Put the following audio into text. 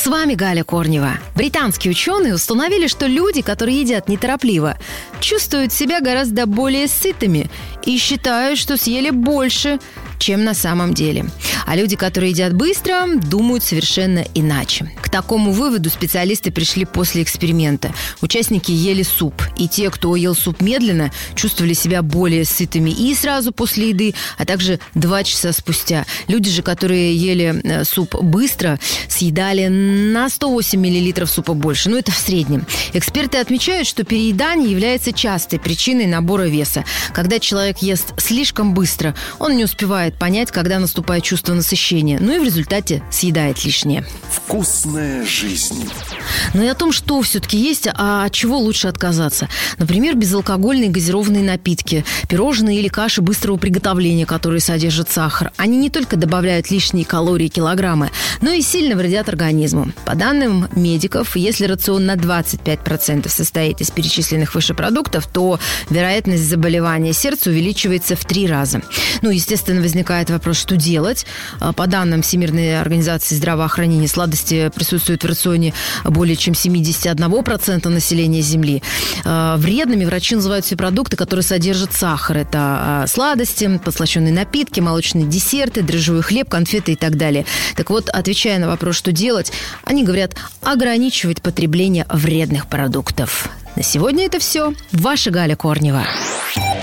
С вами Галя Корнева. Британские ученые установили, что люди, которые едят неторопливо, чувствуют себя гораздо более сытыми и считают, что съели больше, чем на самом деле. А люди, которые едят быстро, думают совершенно иначе. К такому выводу специалисты пришли после эксперимента. Участники ели суп. И те, кто ел суп медленно, чувствовали себя более сытыми и сразу после еды, а также 2 часа спустя. Люди же, которые ели суп быстро, съедали на 108 мл супа больше. Это в среднем. Эксперты отмечают, что переедание является частой причиной набора веса. Когда человек ест слишком быстро, он не успевает понять, когда наступает чувство насыщения. И в результате съедает лишнее. Вкусная жизнь. И о том, что все-таки есть, а от чего лучше отказаться. Например, безалкогольные газированные напитки, пирожные или каши быстрого приготовления, которые содержат сахар. Они не только добавляют лишние калории и килограммы, но и сильно вредят организму. По данным медиков, если рацион на 25% состоит из перечисленных выше продуктов, то вероятность заболевания сердца увеличивается в 3 раза. Естественно, возникает вопрос, что делать. По данным Всемирной организации здравоохранения, сладости присутствуют в рационе более чем 71% населения Земли. Вредными врачи называют все продукты, которые содержат сахар. Это сладости, подслащенные напитки, молочные десерты, дрожжевой хлеб, конфеты и так далее. Так вот, отвечая на вопрос, что делать, они говорят ограничивать потребление вредных продуктов. На сегодня это все. Ваша Галя Корнева.